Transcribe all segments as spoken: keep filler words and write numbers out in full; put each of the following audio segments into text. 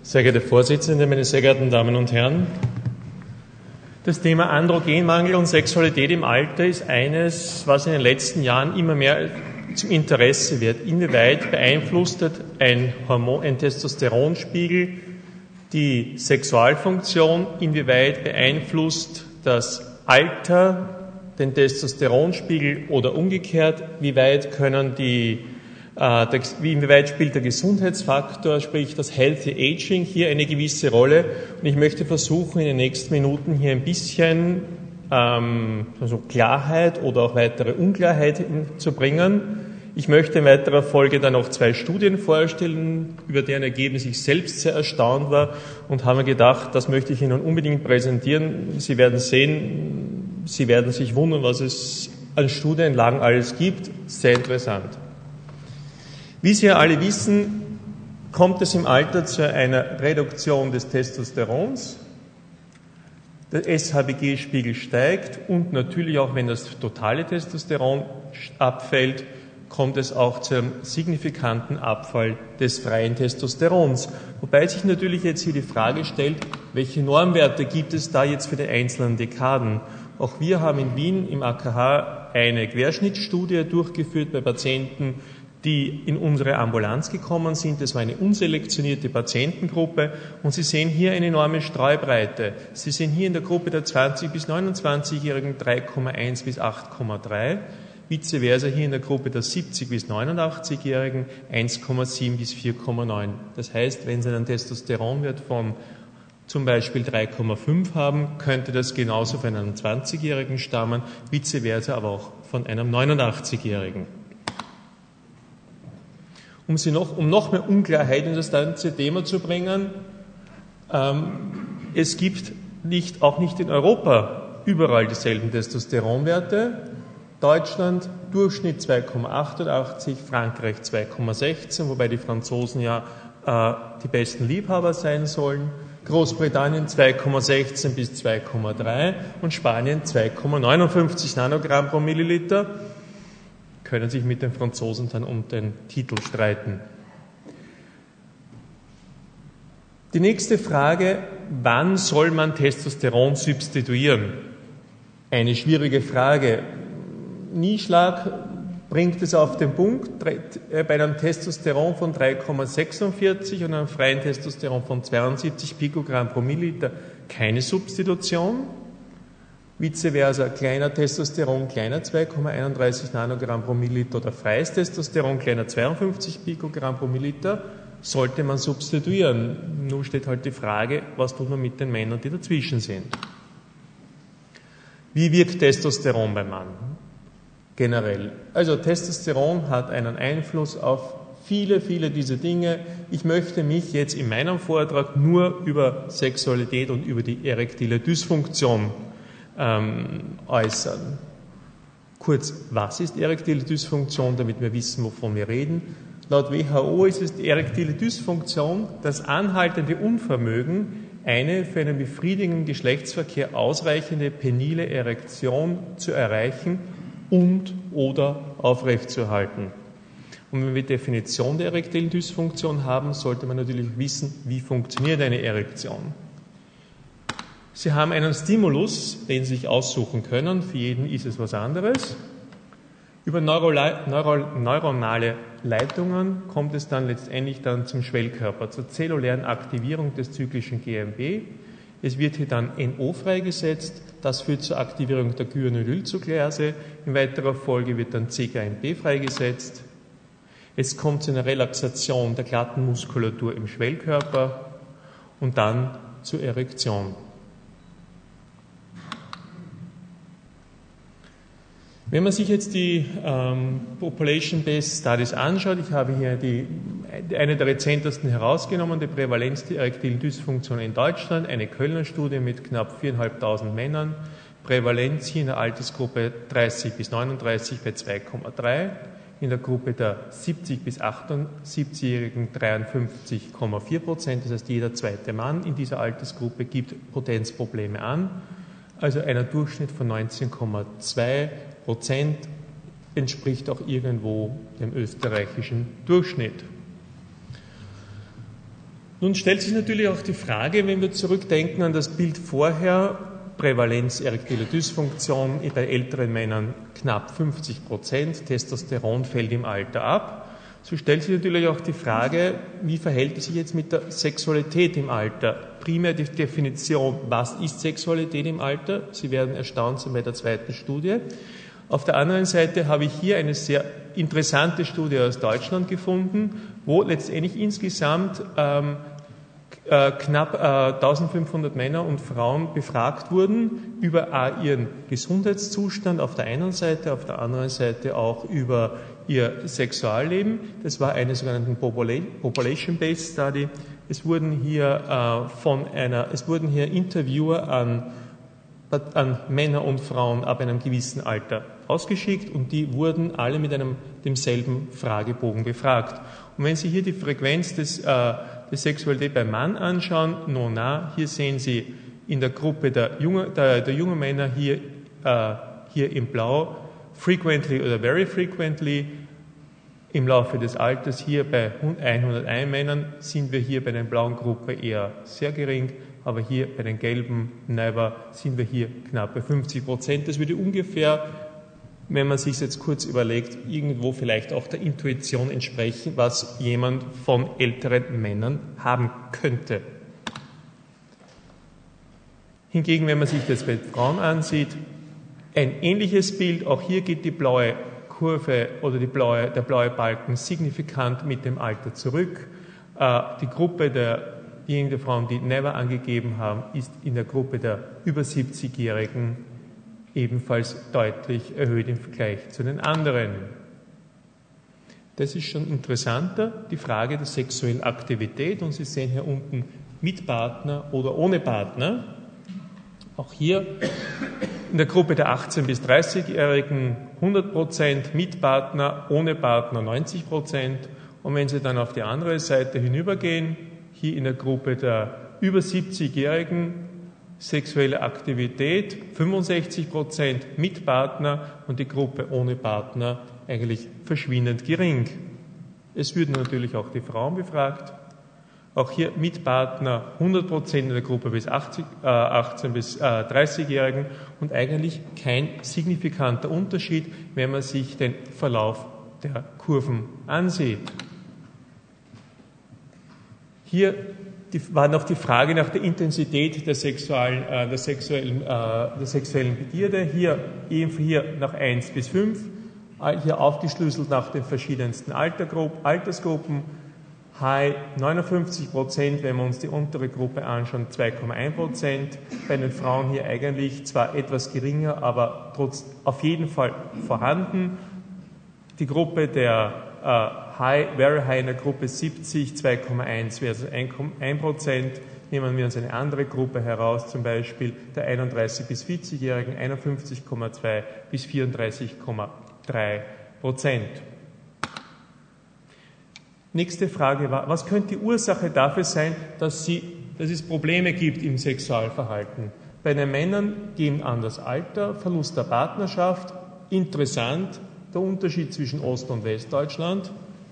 Sehr geehrte Vorsitzende, meine sehr geehrten Damen und Herren, das Thema Androgenmangel und Sexualität im Alter ist eines, was in den letzten Jahren immer mehr zum Interesse wird. Inwieweit beeinflusst ein Hormon, ein Testosteronspiegel die Sexualfunktion? Inwieweit beeinflusst das Alter den Testosteronspiegel oder umgekehrt? Wie weit können die Inwieweit spielt der Gesundheitsfaktor, sprich das Healthy Aging, hier eine gewisse Rolle? Und ich möchte versuchen, in den nächsten Minuten hier ein bisschen ähm, also Klarheit oder auch weitere Unklarheit zu bringen. Ich möchte in weiterer Folge dann noch zwei Studien vorstellen, über deren Ergebnis ich selbst sehr erstaunt war und habe mir gedacht, das möchte ich Ihnen unbedingt präsentieren. Sie werden sehen, Sie werden sich wundern, was es an Studienlagen alles gibt. Sehr interessant. Wie Sie ja alle wissen, kommt es im Alter zu einer Reduktion des Testosterons. Der S H B G-Spiegel steigt und natürlich auch, wenn das totale Testosteron abfällt, kommt es auch zu einem signifikanten Abfall des freien Testosterons. Wobei sich natürlich jetzt hier die Frage stellt, welche Normwerte gibt es da jetzt für die einzelnen Dekaden? Auch wir haben in Wien im A K H eine Querschnittsstudie durchgeführt bei Patienten, die in unsere Ambulanz gekommen sind. Das war eine unselektionierte Patientengruppe und Sie sehen hier eine enorme Streubreite. Sie sehen hier in der Gruppe der zwanzig- bis neunundzwanzigjährigen drei Komma eins bis acht Komma drei, vice versa hier in der Gruppe der siebzig- bis neunundachtzigjährigen eins Komma sieben bis vier Komma neun. Das heißt, wenn Sie einen Testosteronwert von zum Beispiel drei Komma fünf haben, könnte das genauso von einem zwanzigjährigen stammen, vice versa aber auch von einem neunundachtzigjährigen. Um, Sie noch, um noch mehr Unklarheit in das ganze Thema zu bringen, ähm, es gibt nicht, auch nicht in Europa überall dieselben Testosteronwerte. Deutschland Durchschnitt zwei Komma achtundachtzig, Frankreich zwei Komma sechzehn, wobei die Franzosen ja äh, die besten Liebhaber sein sollen. Großbritannien zwei Komma sechzehn bis zwei Komma drei und Spanien zwei Komma neunundfünfzig Nanogramm pro Milliliter. Können sich mit den Franzosen dann um den Titel streiten. Die nächste Frage, wann soll man Testosteron substituieren? Eine schwierige Frage. Nieschlag bringt es auf den Punkt, bei einem Testosteron von drei Komma sechsundvierzig und einem freien Testosteron von zweiundsiebzig Pikogramm pro Milliliter keine Substitution. Vice versa, kleiner Testosteron, kleiner zwei Komma einunddreißig Nanogramm pro Milliliter oder freies Testosteron, kleiner zweiundfünfzig Pikogramm pro Milliliter, sollte man substituieren. Nun steht halt die Frage, was tut man mit den Männern, die dazwischen sind. Wie wirkt Testosteron beim Mann? Generell. Also Testosteron hat einen Einfluss auf viele, viele dieser Dinge. Ich möchte mich jetzt in meinem Vortrag nur über Sexualität und über die erektile Dysfunktion Ähm, äußern. Kurz, was ist erektile Dysfunktion, damit wir wissen, wovon wir reden? Laut W H O ist es die erektile Dysfunktion, das anhaltende Unvermögen, eine für einen befriedigenden Geschlechtsverkehr ausreichende penile Erektion zu erreichen und oder aufrechtzuerhalten. Und wenn wir die Definition der erektilen Dysfunktion haben, sollte man natürlich wissen, wie funktioniert eine Erektion. Sie haben einen Stimulus, den Sie sich aussuchen können. Für jeden ist es was anderes. Über Neurole- Neuro- neuronale Leitungen kommt es dann letztendlich dann zum Schwellkörper, zur zellulären Aktivierung des zyklischen G M B. Es wird hier dann N O freigesetzt. Das führt zur Aktivierung der Guanylylzuckerase. In weiterer Folge wird dann C K M B freigesetzt. Es kommt zu einer Relaxation der glatten Muskulatur im Schwellkörper und dann zur Erektion. Wenn man sich jetzt die ähm, Population-Based Studies anschaut, ich habe hier die, eine der rezentesten herausgenommen, die Prävalenz der erektilen Dysfunktion in Deutschland, eine Kölner Studie mit knapp viertausendfünfhundert Männern, Prävalenz hier in der Altersgruppe dreißig bis neununddreißig bei zwei Komma drei, in der Gruppe der siebzig bis achtundsiebzigjährigen dreiundfünfzig Komma vier Prozent, das heißt jeder zweite Mann in dieser Altersgruppe gibt Potenzprobleme an, also einer Durchschnitt von neunzehn Komma zwei Prozent entspricht auch irgendwo dem österreichischen Durchschnitt. Nun stellt sich natürlich auch die Frage, wenn wir zurückdenken an das Bild vorher, Prävalenz erektiler Dysfunktion bei älteren Männern knapp fünfzig Prozent, Testosteron fällt im Alter ab. So stellt sich natürlich auch die Frage, wie verhält es sich jetzt mit der Sexualität im Alter? Primär die Definition, was ist Sexualität im Alter? Sie werden erstaunt sein bei der zweiten Studie. Auf der anderen Seite habe ich hier eine sehr interessante Studie aus Deutschland gefunden, wo letztendlich insgesamt ähm, äh, knapp äh, eintausendfünfhundert Männer und Frauen befragt wurden über A, ihren Gesundheitszustand auf der einen Seite, auf der anderen Seite auch über ihr Sexualleben. Das war eine sogenannte Population-Based Study. Es wurden hier äh, von einer, es wurden hier Interviewer an, an Männer und Frauen ab einem gewissen Alter ausgeschickt und die wurden alle mit einem demselben Fragebogen befragt. Und wenn Sie hier die Frequenz des, äh, der Sexualität beim Mann anschauen, nona, hier sehen Sie in der Gruppe der, junge, der, der jungen Männer hier, äh, hier in Blau, frequently oder very frequently. Im Laufe des Alters hier bei hunderteins Männern sind wir hier bei der blauen Gruppe eher sehr gering, aber hier bei den gelben never sind wir hier knapp bei fünfzig Prozent. Das würde ungefähr, wenn man sich jetzt kurz überlegt, irgendwo vielleicht auch der Intuition entsprechen, was jemand von älteren Männern haben könnte. Hingegen, wenn man sich das bei Frauen ansieht, ein ähnliches Bild, auch hier geht die blaue Kurve oder die blaue, der blaue Balken signifikant mit dem Alter zurück. Äh, die Gruppe derjenigen der Frauen, die never angegeben haben, ist in der Gruppe der über siebzigjährigen ebenfalls deutlich erhöht im Vergleich zu den anderen. Das ist schon interessanter, die Frage der sexuellen Aktivität. Und Sie sehen hier unten mit Partner oder ohne Partner. Auch hier in der Gruppe der achtzehn- bis dreißigjährigen hundert Prozent, mit Partner, ohne Partner neunzig Prozent. Und wenn Sie dann auf die andere Seite hinübergehen, hier in der Gruppe der über siebzigjährigen, sexuelle Aktivität fünfundsechzig Prozent, mit Partner und die Gruppe ohne Partner eigentlich verschwindend gering. Es würden natürlich auch die Frauen befragt. Auch hier mit Partner hundert Prozent in der Gruppe bis achtzig, äh, achtzehn- bis äh, dreißigjährigen und eigentlich kein signifikanter Unterschied, wenn man sich den Verlauf der Kurven ansieht. Hier die, war noch die Frage nach der Intensität der sexuellen, äh, der sexuellen, äh, der sexuellen Begierde. Hier, hier nach eins bis fünf, hier aufgeschlüsselt nach den verschiedensten Altersgruppen. High neunundfünfzig Prozent, wenn wir uns die untere Gruppe anschauen, zwei Komma eins Prozent. Bei den Frauen hier eigentlich zwar etwas geringer, aber trotz auf jeden Fall vorhanden. Die Gruppe der äh, High, Very High in der Gruppe siebzig, zwei Komma eins versus ein Komma eins Prozent. Nehmen wir uns eine andere Gruppe heraus, zum Beispiel der einunddreißig- bis vierzigjährigen, einundfünfzig Komma zwei bis vierunddreißig Komma drei Prozent. Nächste Frage war, was könnte die Ursache dafür sein, dass, sie, dass es Probleme gibt im Sexualverhalten? Bei den Männern gehen an das Alter, Verlust der Partnerschaft, interessant, der Unterschied zwischen Ost- und Westdeutschland,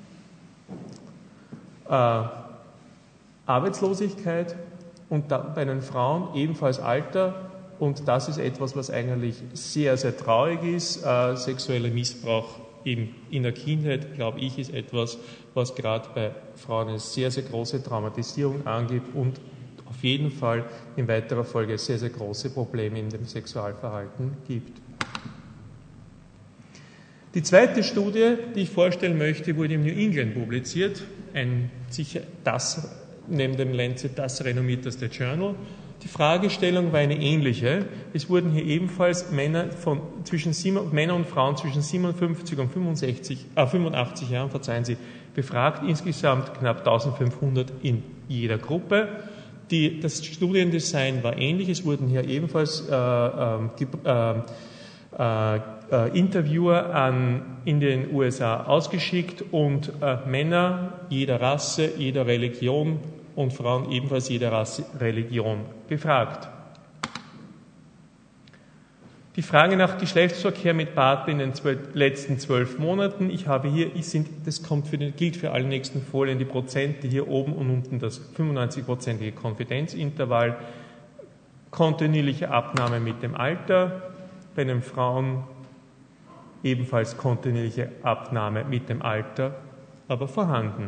äh, Arbeitslosigkeit und da, bei den Frauen ebenfalls Alter, und das ist etwas, was eigentlich sehr, sehr traurig ist, äh, sexueller Missbrauch eben in der Kindheit, glaube ich, ist etwas, was gerade bei Frauen eine sehr, sehr große Traumatisierung angibt und auf jeden Fall in weiterer Folge sehr, sehr große Probleme in dem Sexualverhalten gibt. Die zweite Studie, die ich vorstellen möchte, wurde im New England publiziert, ein sicher das, neben dem Lancet, das renommierteste Journal. Die Fragestellung war eine ähnliche. Es wurden hier ebenfalls Männer, von, zwischen sieben, Männer und Frauen zwischen siebenundfünfzig und fünfundachtzig Jahren, verzeihen Sie, befragt, insgesamt knapp eintausendfünfhundert in jeder Gruppe. Die, das Studiendesign war ähnlich. Es wurden hier ebenfalls äh, äh, äh, äh, Interviewer an, in den U S A ausgeschickt und äh, Männer jeder Rasse, jeder Religion und Frauen ebenfalls jeder Rasse, Religion befragt. Die Frage nach Geschlechtsverkehr mit Partnern in den zwölf, letzten zwölf Monaten. Ich habe hier, ich sind, das kommt für den, gilt für alle nächsten Folien, die Prozente hier oben und unten das fünfundneunzig-prozentige Konfidenzintervall. Kontinuierliche Abnahme mit dem Alter. Bei den Frauen ebenfalls kontinuierliche Abnahme mit dem Alter, aber vorhanden.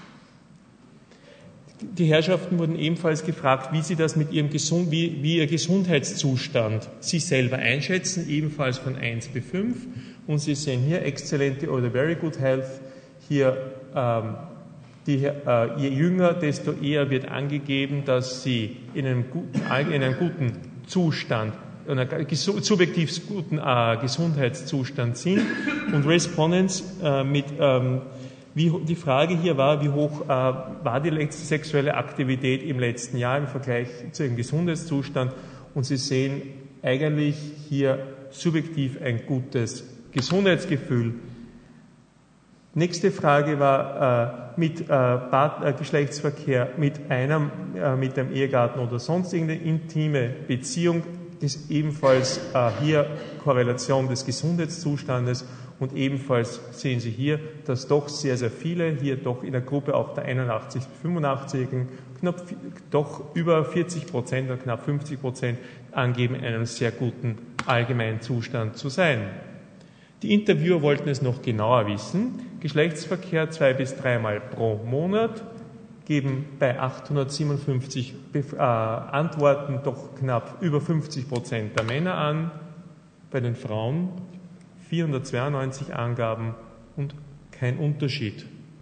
Die Herrschaften wurden ebenfalls gefragt, wie sie das mit ihrem Gesund, wie, wie ihr Gesundheitszustand sie selber einschätzen, ebenfalls von eins bis fünf. Und Sie sehen hier Exzellente oder Very Good Health. Hier, ähm, die, äh, je jünger, desto eher wird angegeben, dass sie in einem guten, in einem guten Zustand, in einem subjektiv guten äh, Gesundheitszustand sind. Und Respondents äh, mit ähm, Wie, die Frage hier war, wie hoch äh, war die letzte sexuelle Aktivität im letzten Jahr im Vergleich zu ihrem Gesundheitszustand. Und Sie sehen eigentlich hier subjektiv ein gutes Gesundheitsgefühl. Nächste Frage war äh, mit äh, Part, äh, Geschlechtsverkehr mit einem, äh, mit dem Ehegatten oder sonst irgendeine intime Beziehung. Das ist ebenfalls äh, hier Korrelation des Gesundheitszustandes. Und ebenfalls sehen Sie hier, dass doch sehr, sehr viele, hier doch in der Gruppe auch der einundachtzig bis fünfundachtzig-Jährigen, knapp, doch über vierzig Prozent oder knapp fünfzig Prozent angeben, in einem sehr guten allgemeinen Zustand zu sein. Die Interviewer wollten es noch genauer wissen. Geschlechtsverkehr zwei bis dreimal pro Monat, geben bei achthundertsiebenundfünfzig äh, Antworten doch knapp über fünfzig Prozent der Männer an, bei den Frauen vierhundertzweiundneunzig Angaben und kein Unterschied.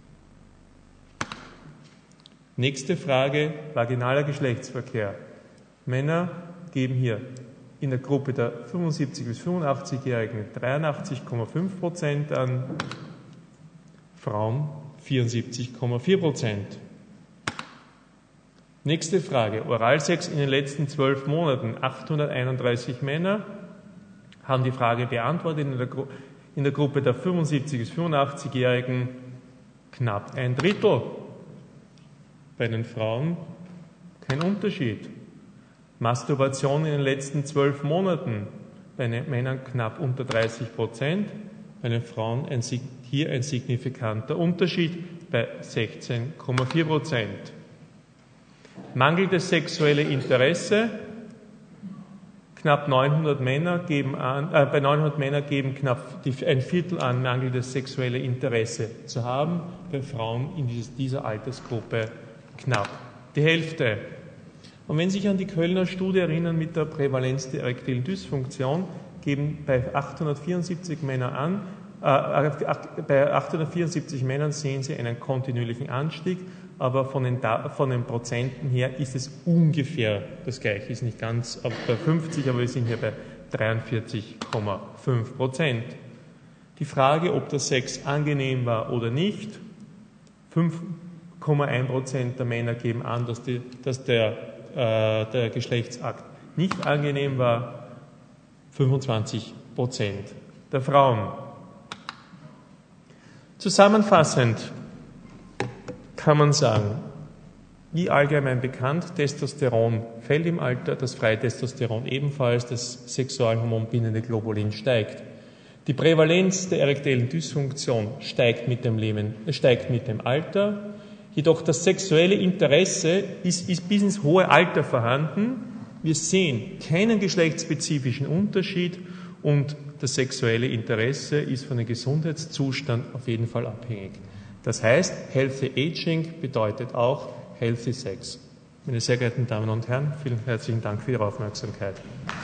Nächste Frage, vaginaler Geschlechtsverkehr. Männer geben hier in der Gruppe der fünfundsiebzig bis fünfundachtzig-Jährigen dreiundachtzig Komma fünf Prozent an, Frauen vierundsiebzig Komma vier Prozent. Nächste Frage, Oralsex in den letzten zwölf Monaten, achthunderteinunddreißig Männer haben die Frage beantwortet, in der, Gru- in der Gruppe der fünfundsiebzig bis fünfundachtzig-Jährigen knapp ein Drittel. Bei den Frauen kein Unterschied. Masturbation in den letzten zwölf Monaten, bei den Männern knapp unter dreißig Prozent, bei den Frauen ein, hier ein signifikanter Unterschied bei sechzehn Komma vier Prozent. Mangelndes sexuelle Interesse. Knapp neunhundert Männer geben an, äh, bei neunhundert Männern geben knapp die, ein Viertel an, mangelndes sexuelle Interesse zu haben. Bei Frauen in dieses, dieser Altersgruppe knapp die Hälfte. Und wenn Sie sich an die Kölner Studie erinnern mit der Prävalenz der erektilen Dysfunktion, geben bei achthundertvierundsiebzig Männern an, äh, bei achthundertvierundsiebzig Männern sehen Sie einen kontinuierlichen Anstieg, aber von den, von den Prozenten her ist es ungefähr das Gleiche. Ist nicht ganz bei fünfzig, aber wir sind hier bei dreiundvierzig Komma fünf Prozent. Die Frage, ob der Sex angenehm war oder nicht, fünf Komma eins Prozent der Männer geben an, dass, die, dass der, äh, der Geschlechtsakt nicht angenehm war, fünfundzwanzig Prozent der Frauen. Zusammenfassend kann man sagen, wie allgemein bekannt, Testosteron fällt im Alter, das Freitestosteron ebenfalls, das Sexualhormon bindende Globulin steigt. Die Prävalenz der erektilen Dysfunktion steigt mit dem Leben, steigt mit dem Alter, jedoch das sexuelle Interesse ist, ist bis ins hohe Alter vorhanden. Wir sehen keinen geschlechtsspezifischen Unterschied und das sexuelle Interesse ist von dem Gesundheitszustand auf jeden Fall abhängig. Das heißt, Healthy Aging bedeutet auch Healthy Sex. Meine sehr geehrten Damen und Herren, vielen herzlichen Dank für Ihre Aufmerksamkeit.